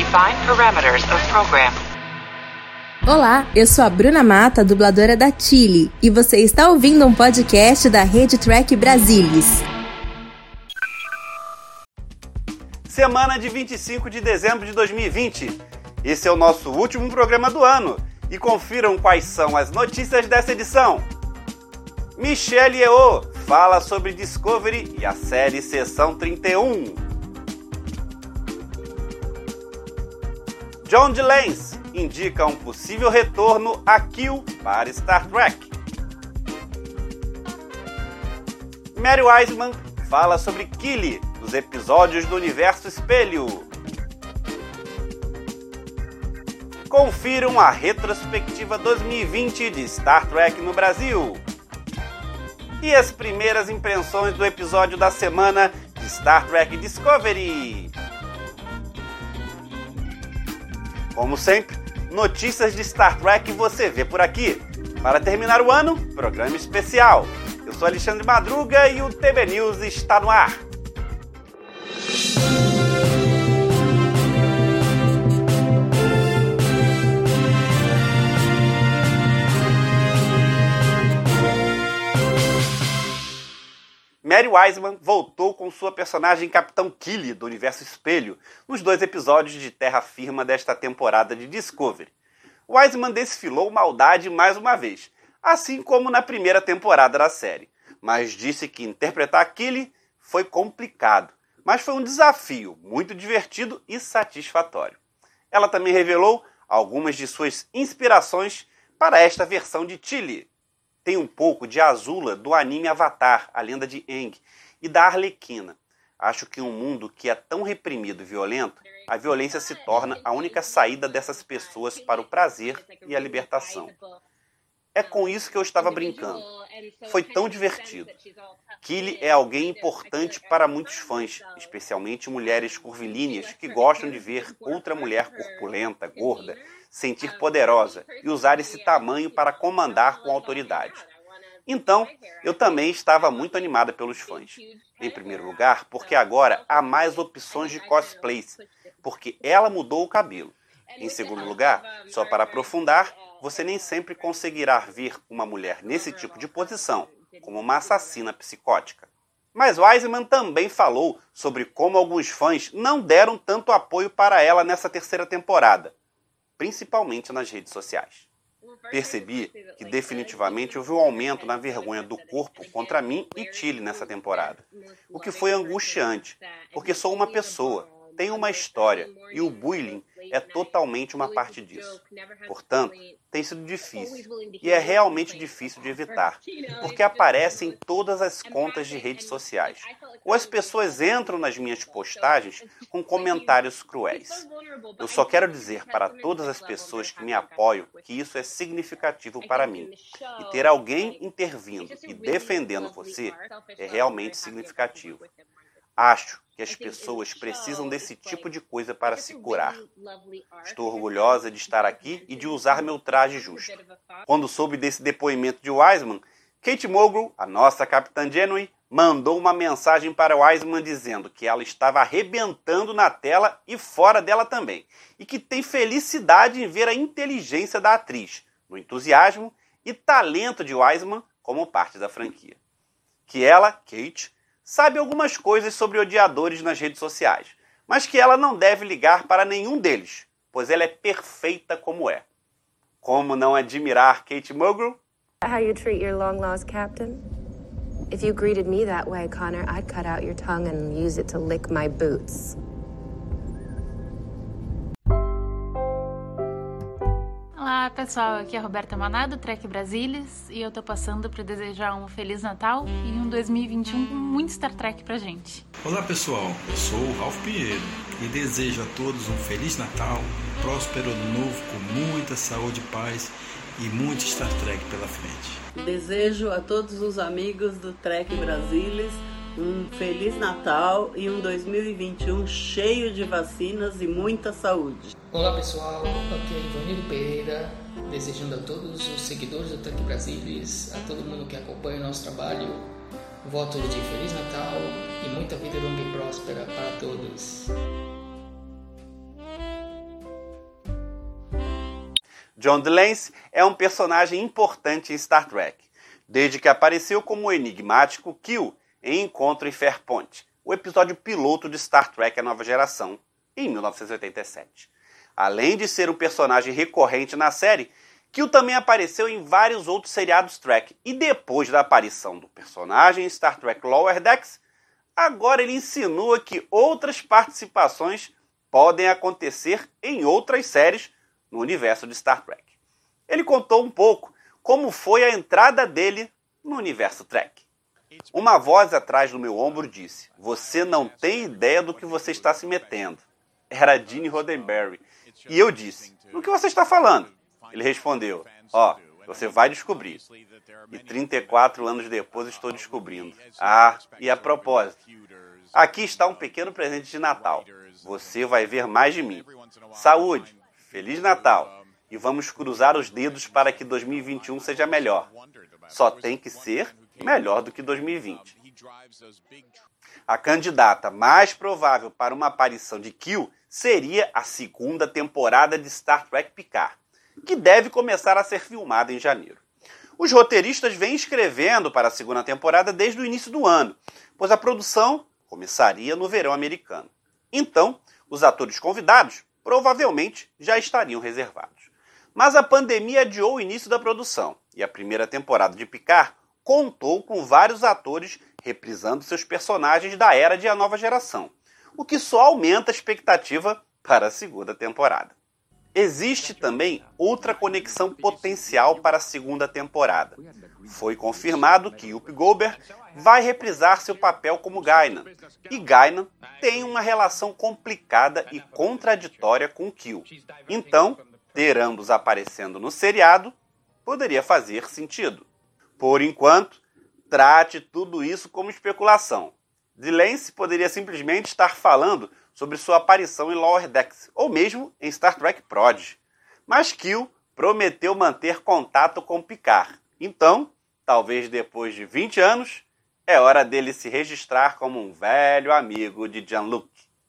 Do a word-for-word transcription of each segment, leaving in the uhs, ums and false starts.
Define parameters of program. Olá, eu sou a Bruna Mata, dubladora da Tilly, e você está ouvindo um podcast da Rede Trek Brasilis. Semana de vinte e cinco de dezembro de dois mil e vinte. Esse é o nosso último programa do ano. E confiram quais são as notícias dessa edição. Michelle Yeoh fala sobre Discovery e a série Seção trinta e um. John de Lanz indica um possível retorno a Q para Star Trek. Mary Wiseman fala sobre Kili nos episódios do Universo Espelho. Confiram a retrospectiva dois mil e vinte de Star Trek no Brasil. E as primeiras impressões do episódio da semana de Star Trek Discovery. Como sempre, notícias de Star Trek você vê por aqui. Para terminar o ano, programa especial. Eu sou Alexandre Madruga e o T V News está no ar. Mary Wiseman voltou com sua personagem Capitão Kili, do Universo Espelho, nos dois episódios de Terra Firma desta temporada de Discovery. Wiseman desfilou maldade mais uma vez, assim como na primeira temporada da série, mas disse que interpretar Kili foi complicado, mas foi um desafio muito divertido e satisfatório. Ela também revelou algumas de suas inspirações para esta versão de Tilly. Tem um pouco de Azula do anime Avatar, a lenda de Aang, e da Arlequina. Acho que em um mundo que é tão reprimido e violento, a violência se torna a única saída dessas pessoas para o prazer e a libertação. É com isso que eu estava brincando. Foi tão divertido. Kili é alguém importante para muitos fãs, especialmente mulheres curvilíneas que gostam de ver outra mulher corpulenta, gorda, sentir poderosa e usar esse tamanho para comandar com autoridade. Então, eu também estava muito animada pelos fãs. Em primeiro lugar, porque agora há mais opções de cosplays, porque ela mudou o cabelo. Em segundo lugar, só para aprofundar, você nem sempre conseguirá ver uma mulher nesse tipo de posição, como uma assassina psicótica. Mas Wiseman também falou sobre como alguns fãs não deram tanto apoio para ela nessa terceira temporada, principalmente nas redes sociais. Percebi que definitivamente houve um aumento na vergonha do corpo contra mim e Tilly nessa temporada, o que foi angustiante, porque sou uma pessoa, tenho uma história e o bullying é totalmente uma parte disso. Portanto, tem sido difícil, e é realmente difícil de evitar, porque aparece em todas as contas de redes sociais, ou as pessoas entram nas minhas postagens com comentários cruéis. Eu só quero dizer para todas as pessoas que me apoiam que isso é significativo para mim, e ter alguém intervindo e defendendo você é realmente significativo. Acho que as pessoas precisam desse tipo de coisa para se curar. Estou orgulhosa de estar aqui e de usar meu traje justo. Quando soube desse depoimento de Wiseman, Kate Mulgrew, a nossa Capitã Janeway, mandou uma mensagem para Wiseman dizendo que ela estava arrebentando na tela e fora dela também, e que tem felicidade em ver a inteligência da atriz, no entusiasmo e talento de Wiseman como parte da franquia. Que ela, Kate, sabe algumas coisas sobre odiadores nas redes sociais, mas que ela não deve ligar para nenhum deles, pois ela é perfeita como é. Como não admirar Kate Mulgrew? How you treat your long-lost captain? If you greeted me that way, Connor, I'd cut out your tongue and use it to lick my boots. Olá pessoal, aqui é a Roberta Maná do Trek Brasilis e eu tô passando para desejar um Feliz Natal e um dois mil e vinte e um com muito Star Trek pra gente. Olá pessoal, eu sou o Ralph Pinheiro e desejo a todos um Feliz Natal, um próspero ano novo com muita saúde, paz e muito Star Trek pela frente. Desejo a todos os amigos do Trek Brasilis um Feliz Natal e um dois mil e vinte e um cheio de vacinas e muita saúde. Olá pessoal, aqui é Ivanildo Pereira, desejando a todos os seguidores do Trek Brasilis, a todo mundo que acompanha o nosso trabalho, votos de Feliz Natal e muita vida longa e próspera para todos. John de Lancie é um personagem importante em Star Trek, desde que apareceu como o enigmático Q em Encontro em Farpoint, o episódio piloto de Star Trek A Nova Geração, em mil novecentos e oitenta e sete. Além de ser um personagem recorrente na série, Q também apareceu em vários outros seriados Trek, e depois da aparição do personagem em Star Trek Lower Decks, agora ele insinua que outras participações podem acontecer em outras séries no universo de Star Trek. Ele contou um pouco como foi a entrada dele no universo Trek. Uma voz atrás do meu ombro disse: "Você não tem ideia do que você está se metendo." Era Gene Roddenberry. E eu disse: "No que você está falando?" Ele respondeu: "Ó, oh, você vai descobrir." E trinta e quatro anos depois estou descobrindo. Ah, e a propósito, aqui está um pequeno presente de Natal. Você vai ver mais de mim. Saúde, Feliz Natal. E vamos cruzar os dedos para que dois mil e vinte e um seja melhor. Só tem que ser melhor do que dois mil e vinte. A candidata mais provável para uma aparição de Q seria a segunda temporada de Star Trek Picard, que deve começar a ser filmada em janeiro. Os roteiristas vêm escrevendo para a segunda temporada desde o início do ano, pois a produção começaria no verão americano. Então, os atores convidados provavelmente já estariam reservados. Mas a pandemia adiou o início da produção, e a primeira temporada de Picard contou com vários atores reprisando seus personagens da era de A Nova Geração, o que só aumenta a expectativa para a segunda temporada. Existe também outra conexão potencial para a segunda temporada. Foi confirmado que Whoopi Goldberg vai reprisar seu papel como Guinan, e Guinan tem uma relação complicada e contraditória com Q. Então, ter ambos aparecendo no seriado poderia fazer sentido. Por enquanto, trate tudo isso como especulação. de Lancie poderia simplesmente estar falando sobre sua aparição em Lower Decks, ou mesmo em Star Trek Prodigy. Mas Q prometeu manter contato com Picard. Então, talvez depois de vinte anos, é hora dele se registrar como um velho amigo de Jean-Luc.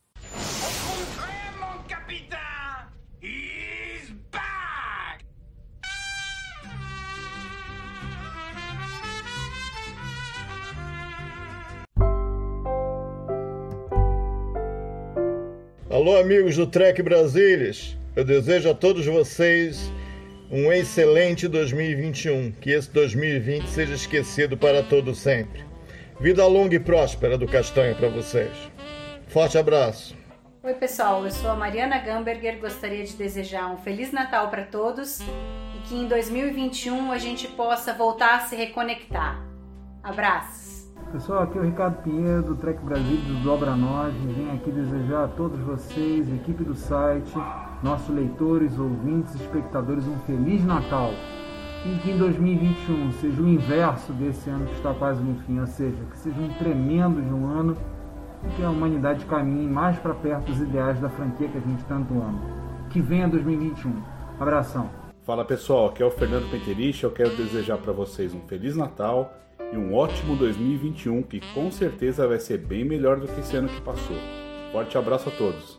Alô, amigos do Trek Brasilis. Eu desejo a todos vocês um excelente dois mil e vinte e um. Que esse dois mil e vinte seja esquecido para todo sempre. Vida longa e próspera do Castanho para vocês. Forte abraço. Oi, pessoal. Eu sou a Mariana Gamberger. Gostaria de desejar um Feliz Natal para todos e que em dois mil e vinte e um a gente possa voltar a se reconectar. Abraços. Pessoal, aqui é o Ricardo Pinheiro do Trek Brasil do Dobra Nós. Venho aqui desejar a todos vocês, equipe do site, nossos leitores, ouvintes, espectadores, um Feliz Natal. E que em dois mil e vinte e um seja o inverso desse ano que está quase no fim, ou seja, que seja um tremendo de um ano e que a humanidade caminhe mais para perto dos ideais da franquia que a gente tanto ama. Que venha dois mil e vinte e um. Abração. Fala pessoal, aqui é o Fernando Penterich. Eu quero desejar para vocês um Feliz Natal e um ótimo dois mil e vinte e um, que com certeza vai ser bem melhor do que esse ano que passou. Forte abraço a todos.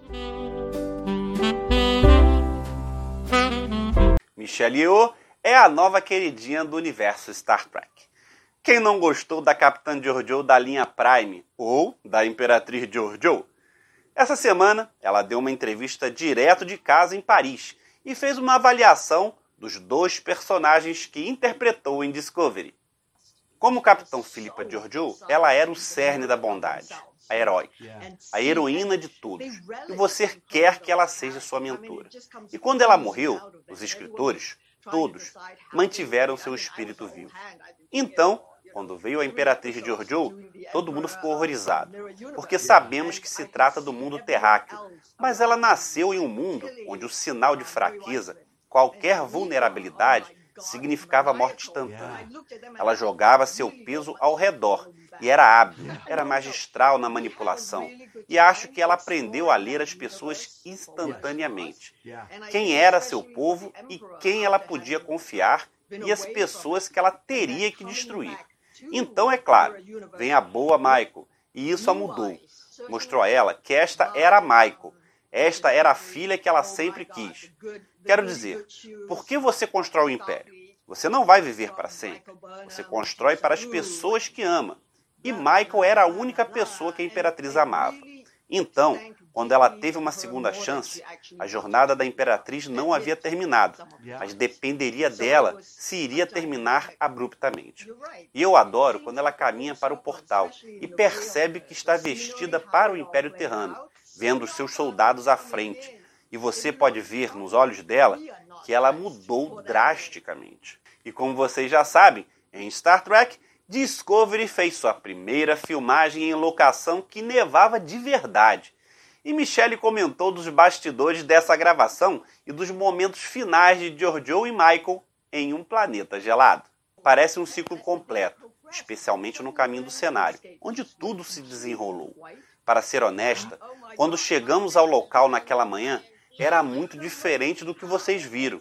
Michelle Yeoh é a nova queridinha do universo Star Trek. Quem não gostou da Capitã Georgiou da linha Prime ou da Imperatriz Georgiou? Essa semana ela deu uma entrevista direto de casa em Paris e fez uma avaliação dos dois personagens que interpretou em Discovery. Como Capitão Philippa Georgiou, ela era o cerne da bondade, a heróica, a heroína de todos, e você quer que ela seja sua mentora. E quando ela morreu, os escritores, todos, mantiveram seu espírito vivo. Então, quando veio a Imperatriz Georgiou, todo mundo ficou horrorizado, porque sabemos que se trata do mundo terráqueo, mas ela nasceu em um mundo onde o sinal de fraqueza, qualquer vulnerabilidade, significava morte instantânea. Ela jogava seu peso ao redor e era hábil, era magistral na manipulação. E acho que ela aprendeu a ler as pessoas instantaneamente. Quem era seu povo e quem ela podia confiar e as pessoas que ela teria que destruir. Então, é claro, vem a boa Michael, e isso a mudou. Mostrou a ela que esta era a Michael. Esta era a filha que ela sempre quis. Quero dizer, por que você constrói o império? Você não vai viver para sempre. Você constrói para as pessoas que ama. E Michael era a única pessoa que a Imperatriz amava. Então, quando ela teve uma segunda chance, a jornada da Imperatriz não havia terminado, mas dependeria dela se iria terminar abruptamente. E eu adoro quando ela caminha para o portal e percebe que está vestida para o Império Terrano, vendo os seus soldados à frente. E você pode ver nos olhos dela que ela mudou drasticamente. E como vocês já sabem, em Star Trek, Discovery fez sua primeira filmagem em locação que nevava de verdade. E Michelle comentou dos bastidores dessa gravação e dos momentos finais de Georgiou e Michael em um planeta gelado. Parece um ciclo completo, especialmente no caminho do cenário, onde tudo se desenrolou. Para ser honesta, quando chegamos ao local naquela manhã, era muito diferente do que vocês viram.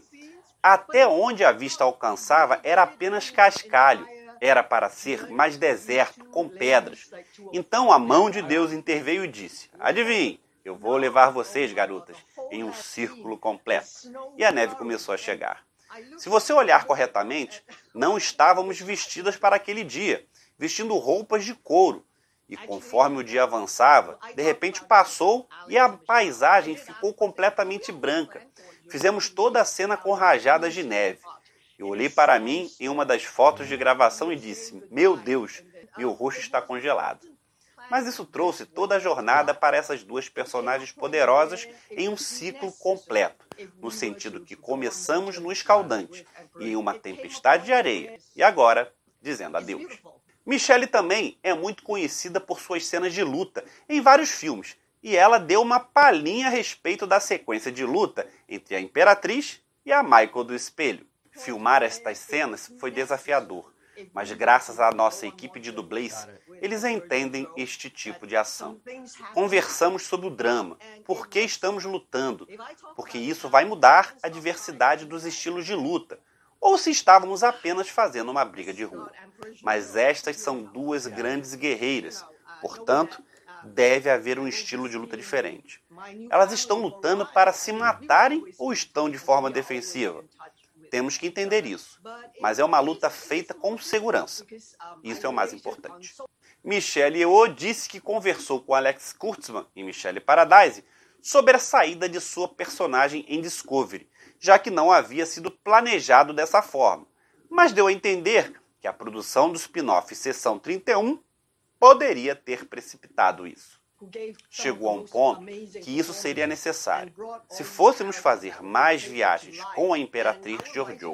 Até onde a vista alcançava era apenas cascalho. Era para ser mais deserto, com pedras. Então a mão de Deus interveio e disse: adivinhe, eu vou levar vocês, garotas, em um círculo completo. E a neve começou a chegar. Se você olhar corretamente, não estávamos vestidas para aquele dia, vestindo roupas de couro. E conforme o dia avançava, de repente passou e a paisagem ficou completamente branca. Fizemos toda a cena com rajadas de neve. Eu olhei para mim em uma das fotos de gravação e disse: meu Deus, meu rosto está congelado. Mas isso trouxe toda a jornada para essas duas personagens poderosas em um ciclo completo, no sentido que começamos no escaldante e em uma tempestade de areia, e agora dizendo adeus. Michelle também é muito conhecida por suas cenas de luta em vários filmes, e ela deu uma palhinha a respeito da sequência de luta entre a Imperatriz e a Michael do Espelho. Filmar estas cenas foi desafiador, mas graças à nossa equipe de dublês, eles entendem este tipo de ação. Conversamos sobre o drama, por que estamos lutando, porque isso vai mudar a diversidade dos estilos de luta, ou se estávamos apenas fazendo uma briga de rua. Mas estas são duas grandes guerreiras, portanto, deve haver um estilo de luta diferente. Elas estão lutando para se matarem ou estão de forma defensiva? Temos que entender isso, mas é uma luta feita com segurança. Isso é o mais importante. Michelle Yeoh disse que conversou com Alex Kurtzman e Michelle Paradise sobre a saída de sua personagem em Discovery, já que não havia sido planejado dessa forma, mas deu a entender que a produção do spin-off Seção trinta e um poderia ter precipitado isso. Chegou a um ponto que isso seria necessário, se fôssemos fazer mais viagens com a Imperatriz Georgiou.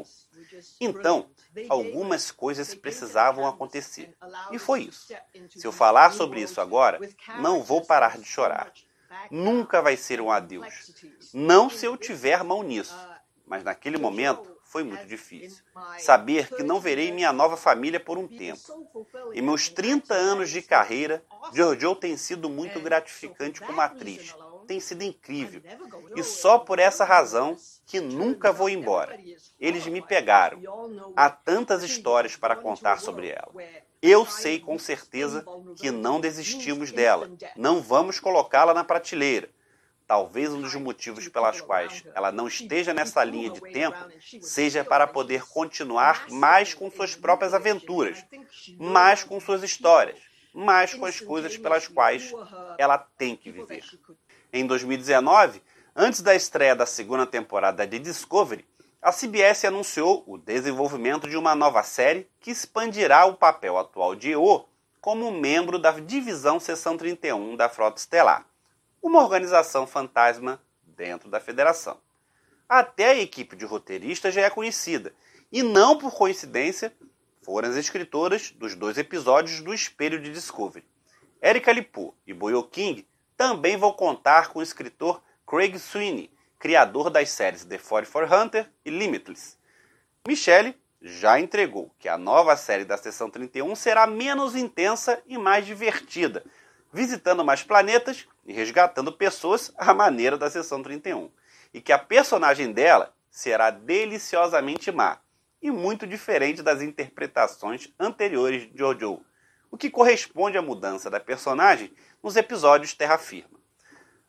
Então, algumas coisas precisavam acontecer, e foi isso. Se eu falar sobre isso agora, não vou parar de chorar. Nunca vai ser um adeus, não se eu tiver mão nisso, mas naquele momento foi muito difícil. Saber que não verei minha nova família por um tempo. Em meus trinta anos de carreira, Georgiou tem sido muito gratificante como atriz. Tem sido incrível. E só por essa razão que nunca vou embora. Eles me pegaram. Há tantas histórias para contar sobre ela. Eu sei com certeza que não desistimos dela. Não vamos colocá-la na prateleira. Talvez um dos motivos pelas quais ela não esteja nessa linha de tempo seja para poder continuar mais com suas próprias aventuras, mais com suas histórias, mais com as coisas pelas quais ela tem que viver. Em dois mil e dezenove, antes da estreia da segunda temporada de Discovery, a C B S anunciou o desenvolvimento de uma nova série que expandirá o papel atual de Yeoh como membro da Divisão Seção trinta e um da Frota Estelar, uma organização fantasma dentro da Federação. Até a equipe de roteiristas já é conhecida, e não por coincidência, foram as escritoras dos dois episódios do Espelho de Discovery. Erika Lipo e Boyo King também vão contar com o escritor Craig Sweeney, criador das séries The quarenta e quatro Hunter e Limitless. Michelle já entregou que a nova série da Seção trinta e um será menos intensa e mais divertida, visitando mais planetas e resgatando pessoas à maneira da Seção trinta e um. E que a personagem dela será deliciosamente má e muito diferente das interpretações anteriores de Georgiou, o que corresponde à mudança da personagem nos episódios Terra Firma.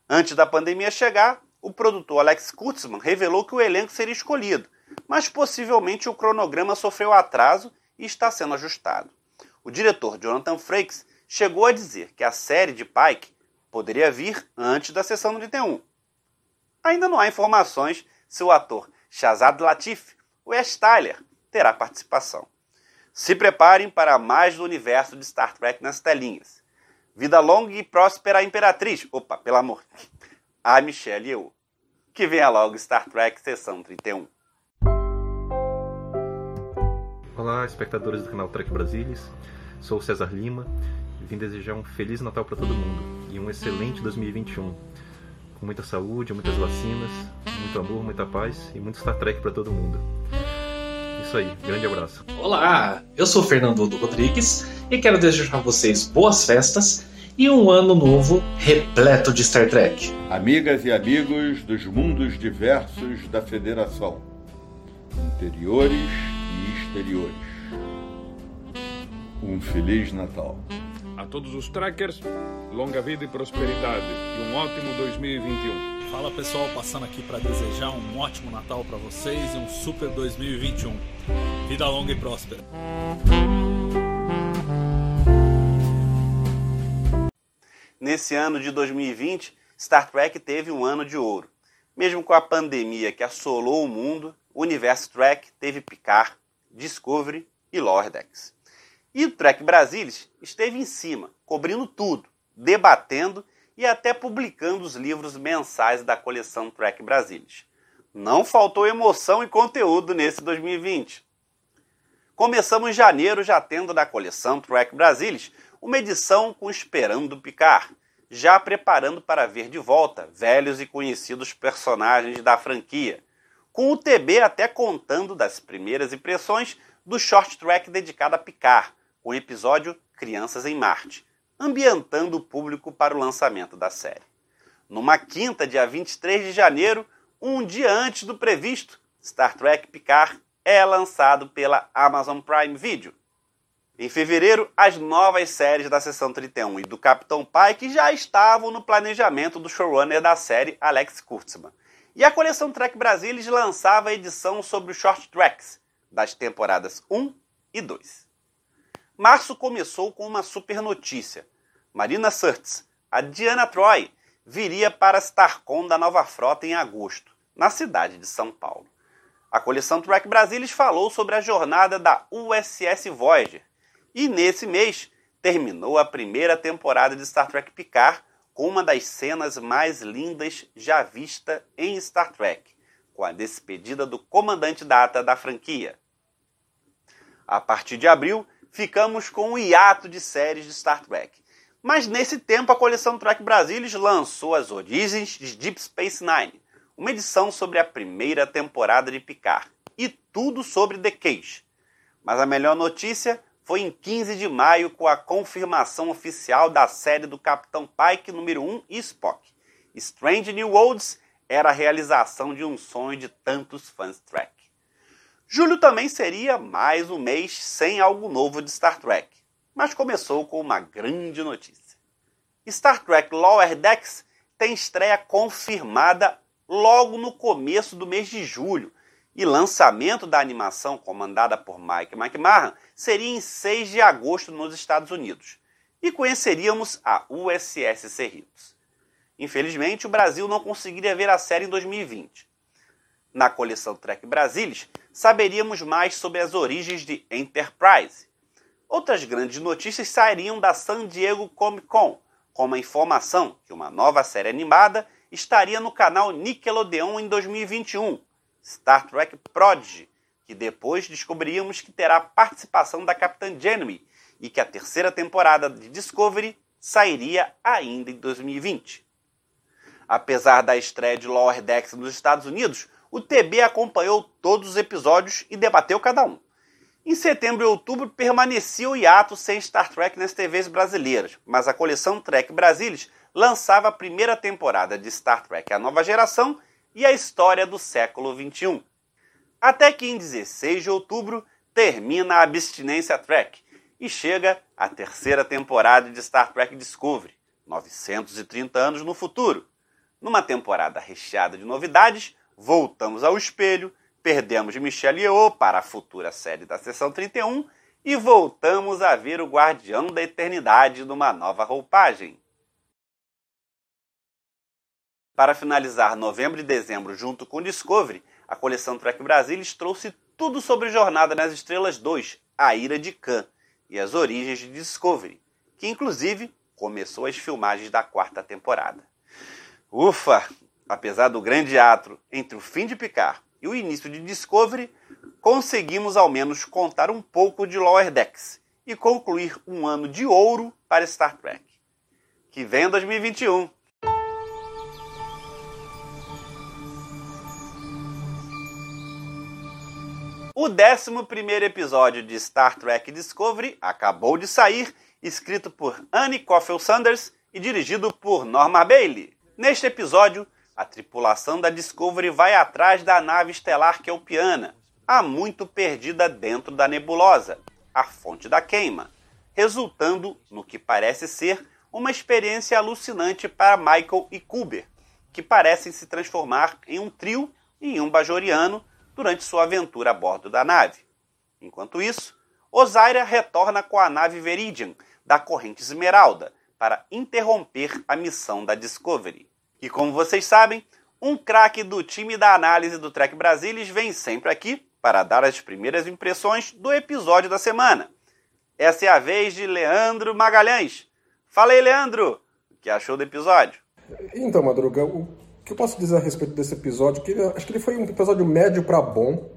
Antes da pandemia chegar, o produtor Alex Kurtzman revelou que o elenco seria escolhido, mas possivelmente o cronograma sofreu atraso e está sendo ajustado. O diretor Jonathan Frakes chegou a dizer que a série de Pike poderia vir antes da sessão trinta e um. Ainda não há informações se o ator Shazad Latif, o Ash Tyler, terá participação. Se preparem para mais do universo de Star Trek nas telinhas. Vida longa e próspera à Imperatriz. Opa, pelo amor. A Michelle Yeoh. Que venha logo Star Trek Sessão trinta e um. Olá, espectadores do canal Trek Brasilis. Sou o César Lima e vim desejar um Feliz Natal para todo mundo e um excelente dois mil e vinte e um. Com muita saúde, muitas vacinas, muito amor, muita paz e muito Star Trek para todo mundo. Isso aí, grande abraço. Olá, eu sou o Fernando Odo Rodrigues e quero desejar a vocês boas festas e um ano novo repleto de Star Trek. Amigas e amigos dos mundos diversos da Federação, interiores e exteriores. Um Feliz Natal. A todos os trackers, longa vida e prosperidade e um ótimo dois mil e vinte e um. Fala pessoal, passando aqui para desejar um ótimo Natal para vocês e um super dois mil e vinte e um. Vida longa e próspera. Nesse ano de dois mil e vinte, Star Trek teve um ano de ouro. Mesmo com a pandemia que assolou o mundo, o universo Trek teve Picard, Discovery e Lower Decks. E o Trek Brasilis esteve em cima, cobrindo tudo, debatendo e até publicando os livros mensais da coleção Trek Brasilis. Não faltou emoção e conteúdo nesse dois mil e vinte. Começamos em janeiro já tendo da coleção Trek Brasilis uma edição com Esperando Picard, já preparando para ver de volta velhos e conhecidos personagens da franquia, com o T B até contando das primeiras impressões do short track dedicado a Picard, com o episódio Crianças em Marte, ambientando o público para o lançamento da série. Numa quinta, dia vinte e três de janeiro, um dia antes do previsto, Star Trek Picard é lançado pela Amazon Prime Video. Em fevereiro, as novas séries da Seção trinta e um e do Capitão Pike já estavam no planejamento do showrunner da série, Alex Kurtzman. E a coleção Trek Brasilis lançava a edição sobre os short tracks das temporadas um e dois. Março começou com uma super notícia. Marina Sirtis, a Diana Troy, viria para a StarCon da Nova Frota em agosto, na cidade de São Paulo. A coleção Trek Brasilis falou sobre a jornada da U S S Voyager e, nesse mês, terminou a primeira temporada de Star Trek Picard com uma das cenas mais lindas já vista em Star Trek, com a despedida do comandante Data da franquia. A partir de abril, ficamos com um hiato de séries de Star Trek. Mas nesse tempo a coleção Trek Brasilis lançou as origens de Deep Space Nine, uma edição sobre a primeira temporada de Picard, e tudo sobre The Cage. Mas a melhor notícia foi em quinze de maio com a confirmação oficial da série do Capitão Pike número um e Spock. Strange New Worlds era a realização de um sonho de tantos fãs Trek. Julho também seria mais um mês sem algo novo de Star Trek, mas começou com uma grande notícia. Star Trek Lower Decks tem estreia confirmada logo no começo do mês de julho, e lançamento da animação comandada por Mike McMahon seria em seis de agosto nos Estados Unidos, e conheceríamos a U S S Cerritos. Infelizmente, o Brasil não conseguiria ver a série em dois mil e vinte. Na coleção Trek Brasilis, saberíamos mais sobre as origens de Enterprise. Outras grandes notícias sairiam da San Diego Comic Con, como a informação que uma nova série animada estaria no canal Nickelodeon em dois mil e vinte e um, Star Trek Prodigy, que depois descobriríamos que terá participação da Capitã Janeway e que a terceira temporada de Discovery sairia ainda em dois mil e vinte. Apesar da estreia de Lower Decks nos Estados Unidos, o T B acompanhou todos os episódios e debateu cada um. Em setembro e outubro permanecia o hiato sem Star Trek nas T Vs brasileiras, mas a coleção Trek Brasilis lançava a primeira temporada de Star Trek A Nova Geração e a História do Século vinte e um. Até que em dezesseis de outubro termina a abstinência Trek e chega a terceira temporada de Star Trek Discovery, novecentos e trinta anos no futuro. Numa temporada recheada de novidades, voltamos ao espelho, perdemos Michelle Yeoh para a futura série da Seção trinta e um e voltamos a ver o Guardião da Eternidade numa nova roupagem. Para finalizar novembro e dezembro junto com Discovery, a coleção Trek Brasilis trouxe tudo sobre Jornada nas Estrelas dois, A Ira de Khan, e as origens de Discovery, que inclusive começou as filmagens da quarta temporada. Ufa! Apesar do grande ato entre o fim de Picard e o início de Discovery, conseguimos ao menos contar um pouco de Lower Decks e concluir um ano de ouro para Star Trek. Que venha dois mil e vinte e um! O décimo primeiro episódio de Star Trek Discovery acabou de sair, escrito por Annie Coffell Sanders e dirigido por Norma Bailey. Neste episódio, a tripulação da Discovery vai atrás da nave estelar Kelpiana, há muito perdida dentro da nebulosa, a fonte da queima, resultando no que parece ser uma experiência alucinante para Michael e Kuber, que parecem se transformar em um trio e em um bajoriano durante sua aventura a bordo da nave. Enquanto isso, Osyraa retorna com a nave Veridian, da Corrente Esmeralda, para interromper a missão da Discovery. E como vocês sabem, um craque do time da análise do Trek Brasilis vem sempre aqui para dar as primeiras impressões do episódio da semana. Essa é a vez de Leandro Magalhães. Fala aí, Leandro! O que achou do episódio? Então, Madruga, o que eu posso dizer a respeito desse episódio? Que ele, acho que ele foi um episódio médio para bom.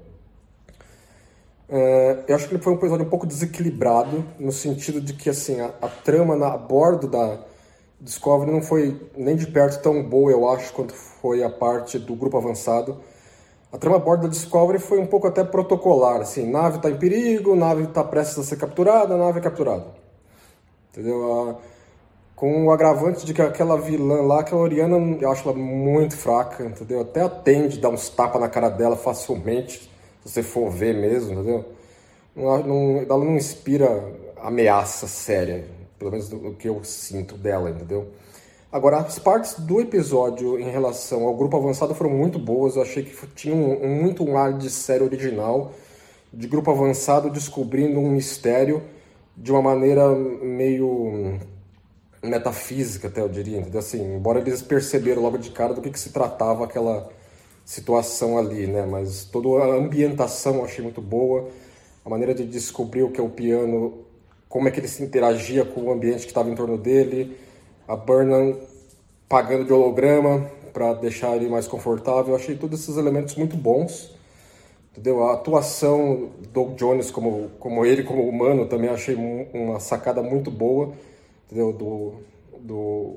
É, eu acho que ele foi um episódio um pouco desequilibrado, no sentido de que assim, a, a trama na, a bordo da Discovery não foi nem de perto tão boa, eu acho, quanto foi a parte do grupo avançado. A trama a bordo da Discovery foi um pouco até protocolar, assim, nave está em perigo, nave está prestes a ser capturada, nave é capturada. Entendeu? A, com o agravante de que aquela vilã lá, aquela Oriana, eu acho ela muito fraca, entendeu? Até atende dar uns tapas na cara dela facilmente, se você for ver mesmo, entendeu? Não, não, ela não inspira ameaça séria, pelo menos o que eu sinto dela, entendeu? Agora, as partes do episódio em relação ao grupo avançado foram muito boas, eu achei que tinha um, um, muito um ar de série original, de grupo avançado descobrindo um mistério de uma maneira meio metafísica, até eu diria, entendeu? Assim, embora eles perceberam logo de cara do que, que se tratava aquela situação ali, né? Mas toda a ambientação eu achei muito boa, a maneira de descobrir o que é o piano, como é que ele se interagia com o ambiente que estava em torno dele, a Burnham pagando de holograma para deixar ele mais confortável. Eu achei todos esses elementos muito bons, entendeu? A atuação do Doug Jones como, como ele, como humano, também achei uma sacada muito boa, entendeu? Do, do,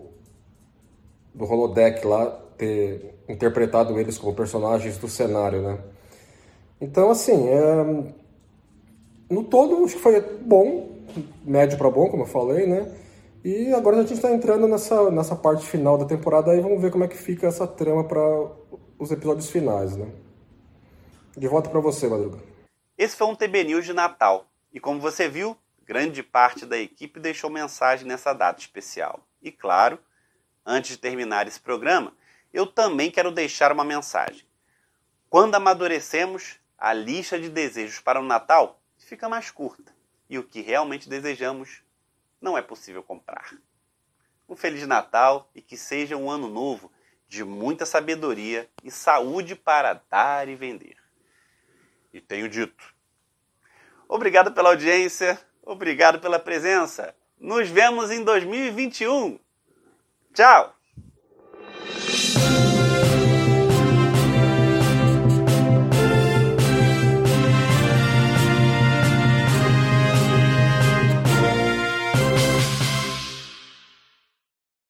do holodeck lá, ter interpretado eles como personagens do cenário, né? Então, assim, é... no todo, acho que foi bom, médio para bom, como eu falei, né? E agora a gente está entrando nessa, nessa parte final da temporada, aí vamos ver como é que fica essa trama para os episódios finais, né? De volta para você, Madruga. Esse foi um T B News de Natal, e como você viu, grande parte da equipe deixou mensagem nessa data especial. E claro, antes de terminar esse programa, eu também quero deixar uma mensagem. Quando amadurecemos, a lista de desejos para o Natal fica mais curta, e o que realmente desejamos não é possível comprar. Um Feliz Natal e que seja um ano novo de muita sabedoria e saúde para dar e vender. E tenho dito. Obrigado pela audiência, obrigado pela presença. Nos vemos em dois mil e vinte e um. Tchau!